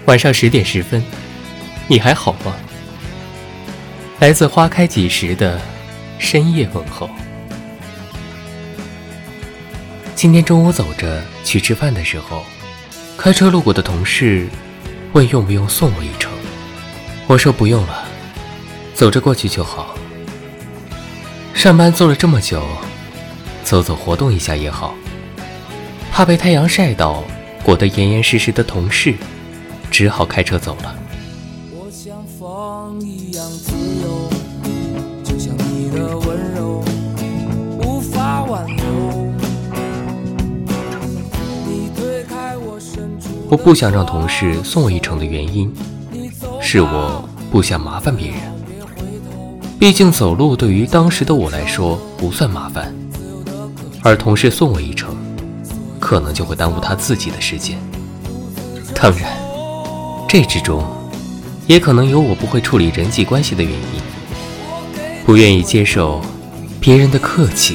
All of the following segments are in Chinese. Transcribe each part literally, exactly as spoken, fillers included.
晚上十点十分，你还好吗？来自花开几时的深夜问候。今天中午走着去吃饭的时候，开车路过的同事问用不用送我一程，我说不用了，走着过去就好。上班坐了这么久，走走活动一下也好。怕被太阳晒到裹得严严实实的同事只好开车走了。 我像风一样自由，就像你的温柔无法挽留。你推开我伸出， 我不想让同事送我一程的原因是我不想麻烦别人，毕竟走路对于当时的我来说不算麻烦，而同事送我一程可能就会耽误他自己的时间。当然这之中也可能有我不会处理人际关系的原因，不愿意接受别人的客气。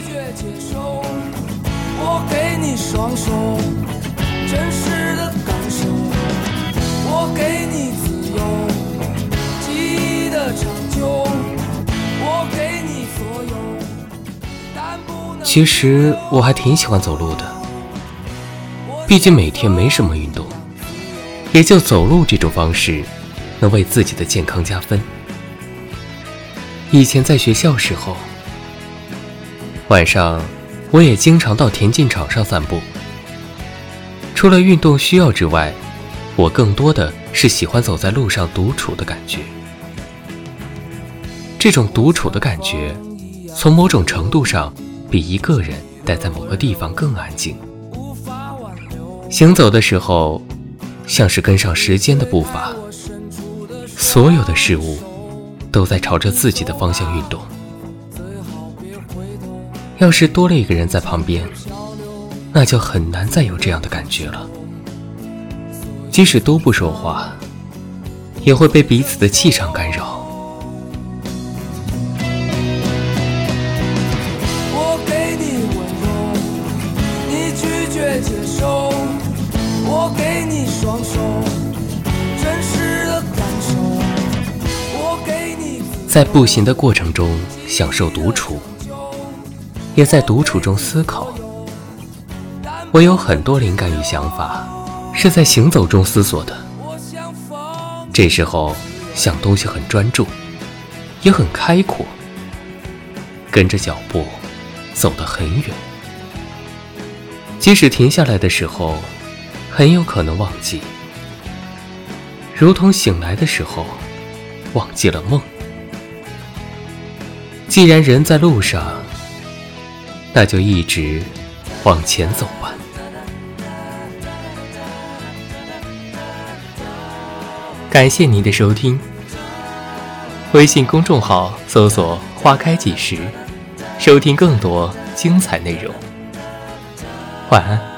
我给你双手，真实的感受，我给你自由，记忆的长久，我给你所有，但不能。 其实我还挺喜欢走路的，毕竟每天没什么运动，也就走路这种方式能为自己的健康加分。以前在学校时候，晚上我也经常到田径场上散步。除了运动需要之外，我更多的是喜欢走在路上独处的感觉。这种独处的感觉，从某种程度上比一个人待在某个地方更安静。行走的时候像是跟上时间的步伐，所有的事物都在朝着自己的方向运动。要是多了一个人在旁边，那就很难再有这样的感觉了。即使都不说话，也会被彼此的气场干扰。 我给你温柔，你拒绝接受，我给你双手，真实的感受，我给你。 在步行的过程中享受独处，也在独处中思考。我有很多灵感与想法是在行走中思索的，这时候想东西很专注，也很开阔，跟着脚步走得很远。即使停下来的时候很有可能忘记，如同醒来的时候忘记了梦。既然人在路上，那就一直往前走吧。感谢您的收听，微信公众号搜索花开几时，收听更多精彩内容。晚安。